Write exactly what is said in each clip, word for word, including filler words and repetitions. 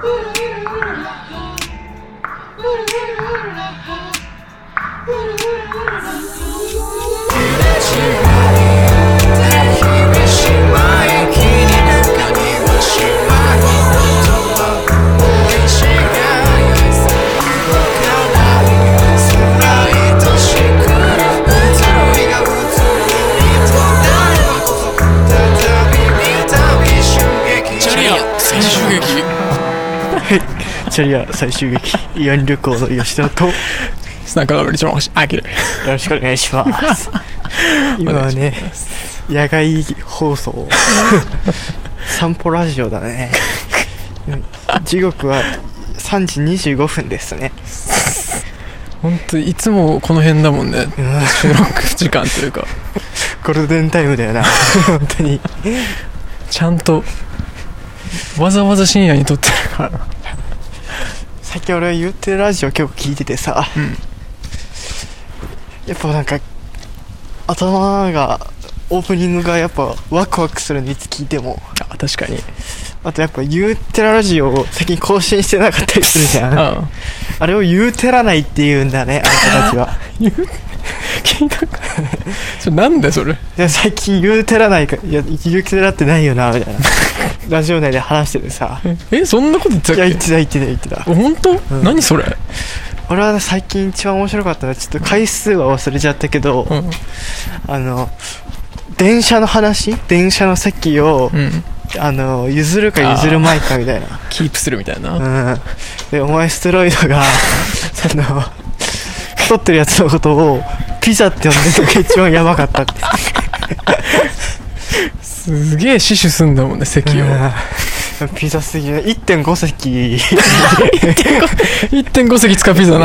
チャリア最終劇慰安旅行の吉田と砂川のリチョン星あきる、 よろしくお願いします今はね野外放送散歩ラジオだね時刻はさんじにじゅうごふんですね。 ほんといつもこの辺だもんね、うん、収録時間というかゴールデンタイムだよな本当にちゃんとわざわざ深夜に撮ってるからな。 最近俺は言ってるラジオ結構聞いててさ、うん、やっぱなんか頭がオープニングがやっぱワクワクするのいつ聞いても。 あ、確かに。 あとやっぱ言ってるラジオを最近更新してなかったりするじゃんあ, あ, あれを言うてらないって言うんだね、あなたたちは言う聞いたかそれなんだそれ。いや最近言うてらないか、いや言うてらってないよなみたいなラジオ内で話しててさえそんなこと言ってたっけ。 いや言ってた言ってた言ってた。 本当、うん、何それ。 俺は最近一番面白かったのはちょっと回数は忘れちゃったけど、うん、あの電車の話、電車の席を、うん、あの譲るか譲るまいかみたいなキープするみたいな、 うん、でお前ステロイドがその太ってるやつのことをピザって呼んでるのが一番やばかったってすげえ死守すんだもんね席を、 うん、ピザ席 いってんご 席いってんご 席使うピザな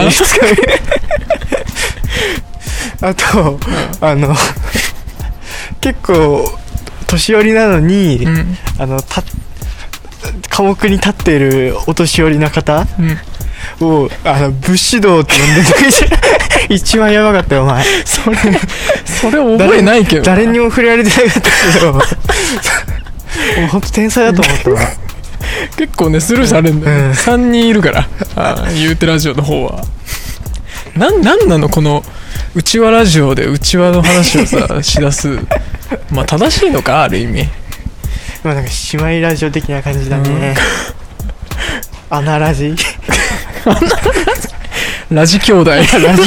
あと、うん、あの結構年寄りなのに、うん、あのた寡黙に立っているお年寄りの方、うん、をあの武士道って呼んでる一番やばかったよお前。 それそれ覚えないけど誰にも触れられてなかったけどもうほんと天才だと思ったわ結構ねスルーされるんだよ、ねうん、さんにんいるからあ言うてラジオの方はな ん, なんなのこのうちわラジオでうちわの話をさしだすまあ正しいのかある意味。 まあなんか姉妹ラジオ的な感じだね、うん、アナラジラジ兄弟ラジ兄弟ラジ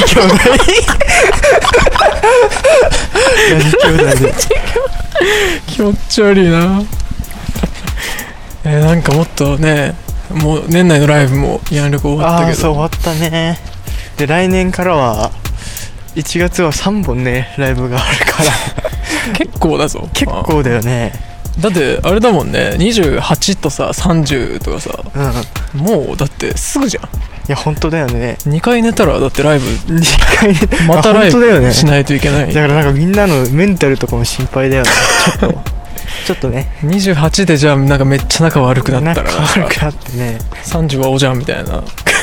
兄弟で気持ち悪いなえー、なんかもっとねもう年内のライブも慰安旅行終わったけど。 あそう終わったね。で来年からはいちがつはさんぼんねライブがあるから結構だぞ。 結構だよね。 だってあれだもんねにじゅうはちとささんじゅうとかさ、うん、もうだってすぐじゃん。いや本当だよね。 にかい寝たらだってライブにかい寝たまたライブしないといけない。 だからなんかみんなのメンタルとかも心配だよねちょっとちょっとねにじゅうはちでじゃあなんかめっちゃ仲悪くなったら仲悪くなってねさんじゅうはおじゃんみたいない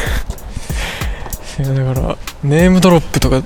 やだからネームドロップとか、うん、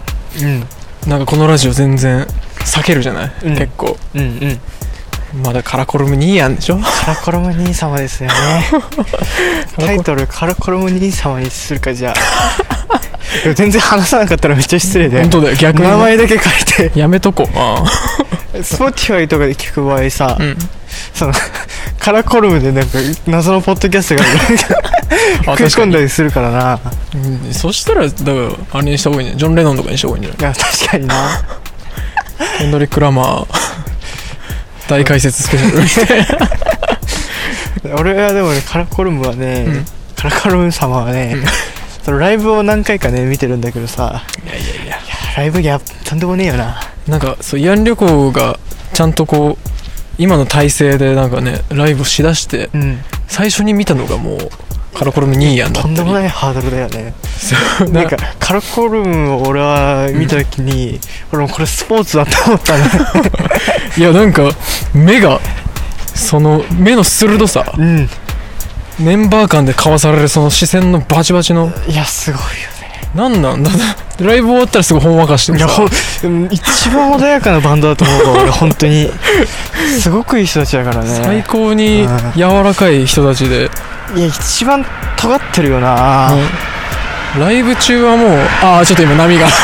なんかこのラジオ全然避けるじゃない、うん、結構うんうんまだカラコルム兄やんでしょ。 カラコルム兄様ですよねタイトルカラコルム兄様にするかじゃあ全然話さなかったらめっちゃ失礼で。 本当だよ逆に名前だけ書いてやめとこう。あスポティファイとかで聞く場合さ、うん、そのカラコルムでなんか謎のポッドキャストが食い込んだりするからな、 うん、そしたらだからあれにした方がいいんじゃない。ジョン・レノンとかにした方がいいんじゃない。 いや確かになヘンドリック・ラマー大解説スペシャルみたいな俺はでもねカラコルムはね、うん、カラコルム様はね、うん、そのライブを何回かね見てるんだけどさ、いやいやいやいやライブやとんでもねえよな。なんかそう慰安旅行がちゃんとこう今の体制でなんかねライブをしだして、うん、最初に見たのがもうカラコルムニーヤンだったり。 とんでもないハードルだよねなんかカラコルムを俺は見たときに、うん、俺もこれスポーツだと思ったねいやなんか目がその目の鋭さ、うん、メンバー間で交わされるその視線のバチバチの。 いやすごいよね。 なんなんだライブ終わったらすぐほんわかしてる。いやほ一番穏やかなバンドだと思うわ俺本当にすごくいい人たちだからね。 最高に柔らかい人たちでいや一番尖ってるよな、 うん、ライブ中はもうああちょっと今波が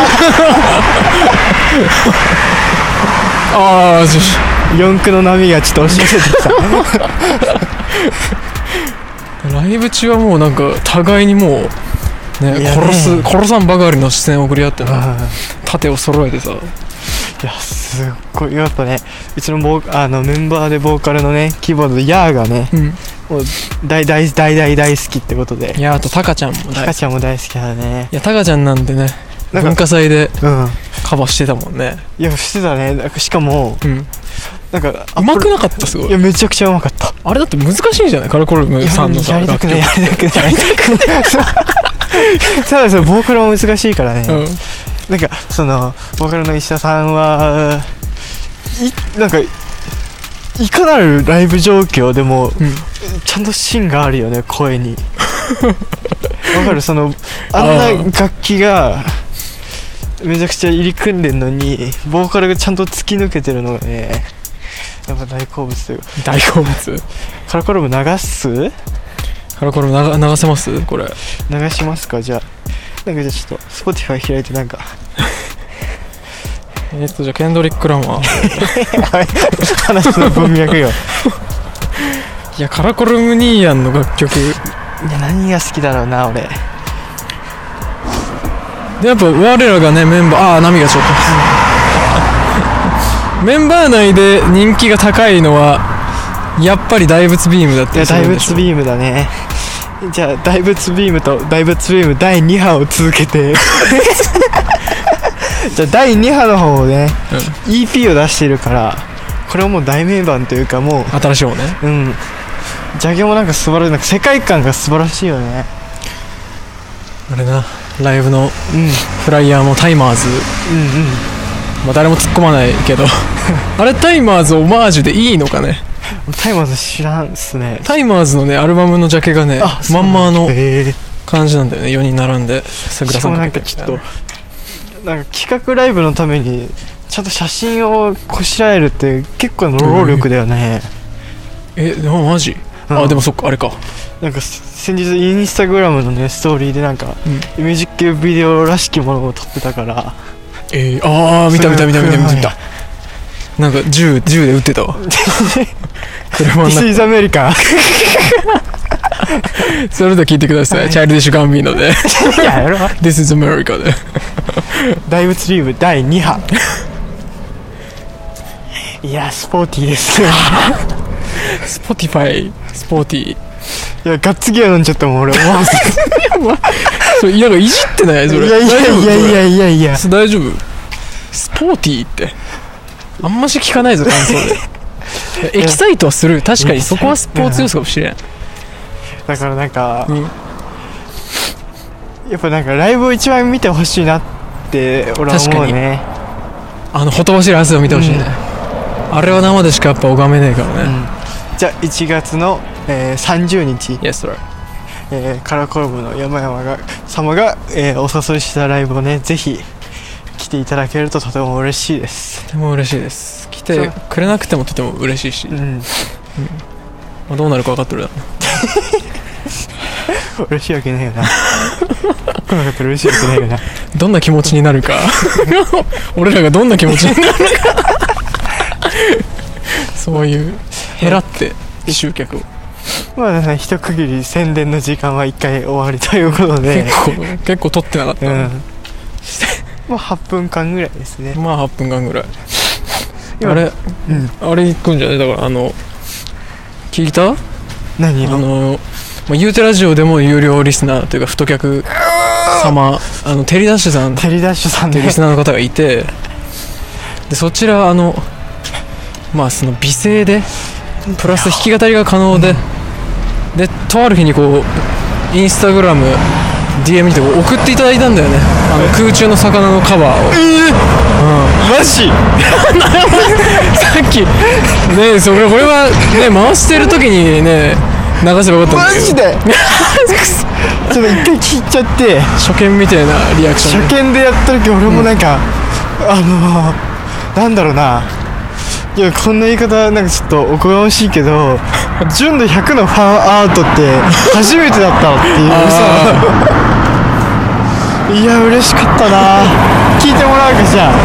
ああ四駆の波がちょっと押し寄せてきたライブ中はもうなんか互いにもうね、ね殺す殺さんばかりの視線を送り合ってな、盾を揃えてさ、いやすっごいやっぱね、うちのボーあのメンバーでボーカルのねキーボードヤーがね、うん、もう大大大大大好きってことで、 いやあとタカちゃんも大好き、 タカちゃんも大好きだね。 いやタカちゃんなんてね文化祭でカバーしてたもんね、 うん、いやしてたね。しかも、うん、なんかうまくなかったすごい。 いやめちゃくちゃうまかった。 あれだって難しいんじゃないカラコルムさんのさやりたくないやりたくないやりたくないそうですよ、ボーカルも難しいからね、うん、なんかそのボーカルの石田さんはいなんかいかなるライブ状況でも、うん、ちゃんと芯があるよね声にわかる、そのあんな楽器がめちゃくちゃ入り組んでんのにボーカルがちゃんと突き抜けてるのがねやっぱ大好物というか。 大好物カラコルム流すカラコルム流せますこれ流しますか。じゃあなんかじゃあちょっと Spotify 開いてなんかえっとじゃあケンドリック・ラマー話の文脈よいやカラコルムニーヤンの楽曲、いや何が好きだろうな俺で。やっぱ我らがねメンバーああ波がちょっとメンバー内で人気が高いのはやっぱり大仏ビームだったりするんでしょ。 いや大仏ビームだね。じゃあ大仏ビームと大仏ビームだいに波を続けてじゃあだいに波の方をね、うん、イーピー を出してるからこれはもう大名盤というかもう新しい方ね。 うんジャケもなんか素晴らしい、なんか世界観が素晴らしいよね。 あれなライブのフライヤーもタイマーズ、うんうんまあ誰も突っ込まないけどあれタイマーズオマージュでいいのかね。 タイマーズ知らんっすね。 タイマーズのねアルバムのジャケがねまんまの感じなんだよね。よにん並んでしかもなんかちょっとなんか企画ライブのためにちゃんと写真をこしらえるって結構の労力だよね。 えー、えマジ、うん、あでもそっかあれかなんか先日インスタグラムのねストーリーでなんか、うん、ミュージックビデオらしきものを撮ってたから、 えー、ああ見た見た見た見た見た見たなんか銃銃で撃ってたわ車の中 This is America それでは聞いてください、はい、チャイルディッシュガンビーノでやろ This is America で大仏リームだいに波いやスポーティーですねスポティファイスポーティーいやガッツギア飲んじゃったもん俺思わずそれなんかいじってないそれ。 いやいやいやいやいやいや大丈夫スポーティーってあんまし聞かないぞ感想でエキサイトはする。確かにそこはスポーツ要素かもしれん。 だからなんか、うん、やっぱなんかライブを一番見てほしいなって俺は思うね。 あのほとばしる汗を見てほしいね、うん、あれは生でしかやっぱ拝めねえからね、 うん、じゃあいちがつの、えー、さんじゅうにち、 yes, right. えー、カラコルムの山々が様が、えー、お誘いしたライブをねぜひ来ていただけるととても嬉しいです。 とても嬉しいです。来てくれなくてもとても嬉しいし、うんうんまあ、どうなるか分かってるだろう嬉しいわけないよな来なかったら嬉しいわけないよなどんな気持ちになるか俺らがどんな気持ちになるかそういう減らって集客をまあね一区切り宣伝の時間はいっかい終わりということで結構結構取ってなかった、うん、 まあはっぷんかんぐらいですね。 まあはっぷんかんぐらいあれ、うん、あれ行くんじゃないだからあの聞いた何あのまあ、言うてラジオでも有料リスナーというか太客様あのテリダッシュさんテリダッシュさんっていうリスナーの方がいてでそちらあのまあその美声でプラス弾き語りが可能で、うん、でとある日にこうインスタグラム ディーエム にて送っていただいたんだよねあの空中の魚のカバーを。 えーうん、マジさっきねそれこれはね回してる時にね流せばよかったんだけどマジでちょっと一回聞いちゃって初見みたいなリアクション初見でやった時俺もなんか、うん、あのー、なんだろうないやこんな言い方なんかちょっとおこがましいけど純度ひゃくのファンアートって初めてだったっていうさいや嬉しかったな。聞いてもらうかじゃあ、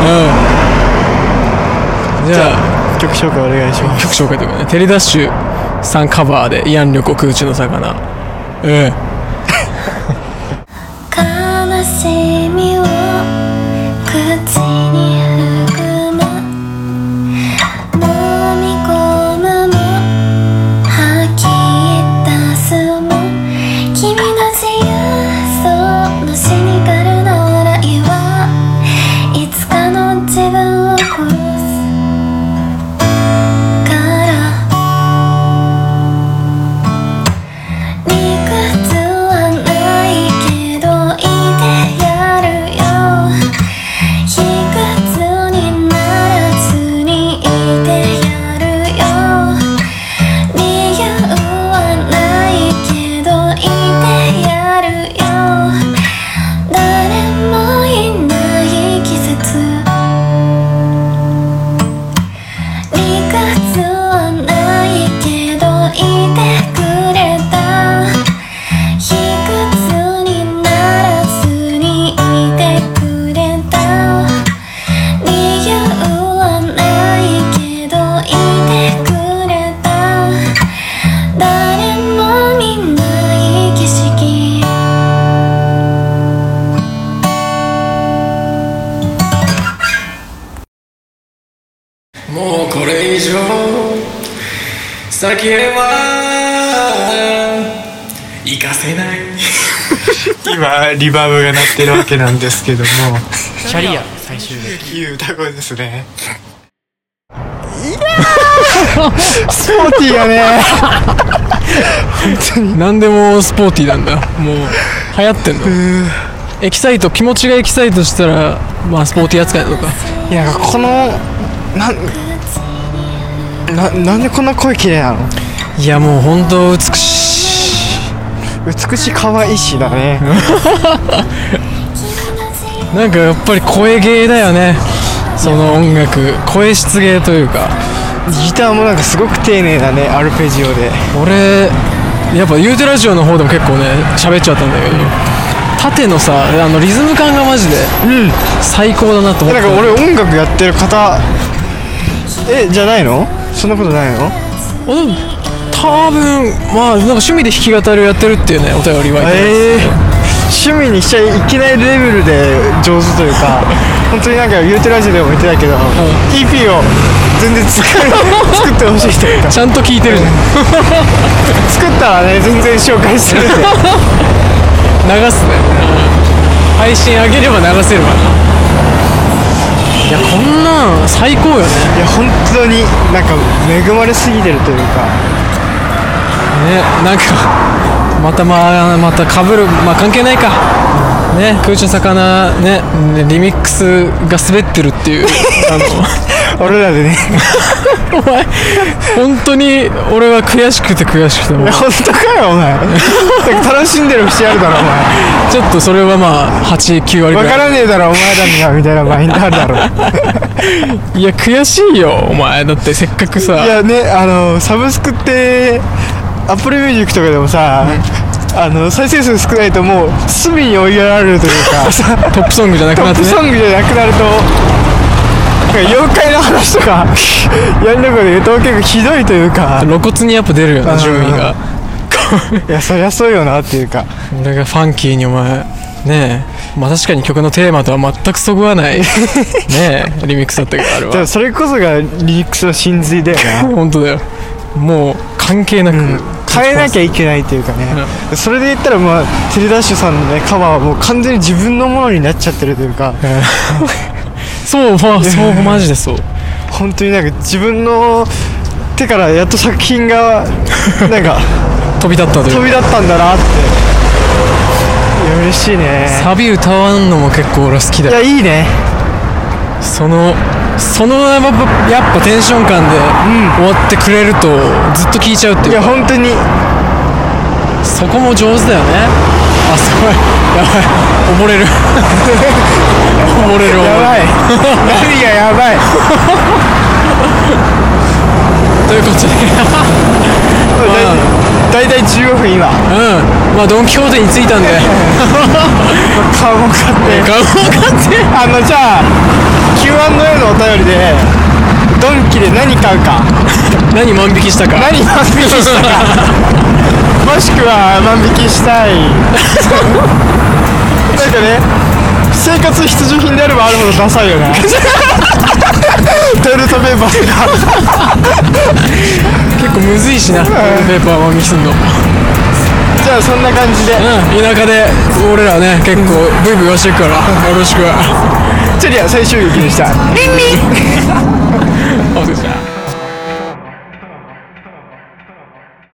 うん、じゃあ曲紹介お願いします。 曲紹介というかね、テレダッシュさんカバーで慰安旅行空中の魚。うん悲しみを口に含む、飲み込むも吐き出すも、君の自由そうのシニカルな笑いはいつかの自分を殺すから理屈はないけどいてやるよ、卑屈にならずにいてやるよ、理由はないけどいてやるよ、誰もいない季節、理屈はないけどいてくれた、卑屈にならずにいてくれた、理由はないけどいてくれた、誰も見ない景色、 もうこれ以上先へは行かせない。 今リバーブが鳴ってるわけなんですけどもキャリア最終的。 いい歌声ですね。いやースポーティーやね本当に何でもスポーティーなんだ。もう流行ってんの。エキサイト、気持ちがエキサイトしたらまあスポーティー扱いなのか。 いやこのなんななんでこんな声綺麗なの。 いやもう本当美し美しい可愛いしだねい。なんかやっぱり声芸だよね、その音楽。声質芸というか、 ギターもなんかすごく丁寧だね、アルペジオで。 俺やっぱ言うてラジオの方でも結構ね喋っちゃったんだけど、縦のさあのリズム感がマジでうん最高だなと思って。 なんか俺音楽やってる方えじゃないの。そんなことないの。 うん多分まあなんか趣味で弾き語りをやってるっていうねお便りは。 えー、趣味にしちゃいけないレベルで上手というか本当になんか言うてラジオでも言ってたけど、うん、イーピー を全然作る作ってほしいというかちゃんと聞いてるじゃん作ったらね全然紹介するんで流すね、配信上げれば流せるわな。いやこんなん最高よね。 いや本当になんか恵まれすぎてるというかね、なんかまたまあまた被る、まあ関係ないかね、空中の魚ね、リミックスが滑ってるっていうあの俺らでねお前本当に俺は悔しくて悔しくても本当かよお前楽しんでる節あるだろお前。 ちょっとそれはまあはち、きゅう割ぐらい分からねえだろお前らにはみたいなマインドあるだろいや悔しいよお前、だってせっかくさ。 いやね、あのサブスクってアップルミュージックとかでもさ、うん、あの再生数少ないともう隅に追いやられるというかトップソングじゃなくなってね、 トップソングじゃなくなると妖怪の話とかやるので言うと結構ひどいというか露骨にやっぱ出るよな順位がいやそりゃそうよなっていうか、 俺がファンキーにお前ねえ、まあ確かに曲のテーマとは全くそぐわないねえリミックスだったけどあれは。 じゃあそれこそがリミックスの真髄だよな本当だよ、もう関係なく、うん、 変えなきゃいけないというかね、うん、それで言ったらまあテレダッシュさんのねカバーはもう完全に自分のものになっちゃってるというか、 そうまあそうマジでそう、 本当になんか自分の手からやっと作品がなんか飛び立ったという飛び立ったんだなって。いや嬉しいね。 サビ歌わんのも結構俺好きだよ。 いやいいね。 そのそのやっぱやっぱテンション感で終わってくれるとずっと聴いちゃうっていうか、 いや本当にそこも上手だよね。あすごいやばい溺れる溺れる溺れるやばい何がやばいということでだいたいじゅうごふん今。 うんまあドン・キホーテに着いたんで顔も買って顔も買ってあのじゃあ キューアンドエー のお便りでドンキで何買うか何万引きしたか何万引きしたかもしくは万引きしたいなんかね生活必需品であればあるほどダサいよねトイレットペーパーが結構むずいしな、トイレットペーパー万引きすんの。 じゃあそんな感じで、 うん、田舎で俺らね結構ブイブイ言わしてるからよろしく。 チェリア最終劇でした。 お疲れ様でした。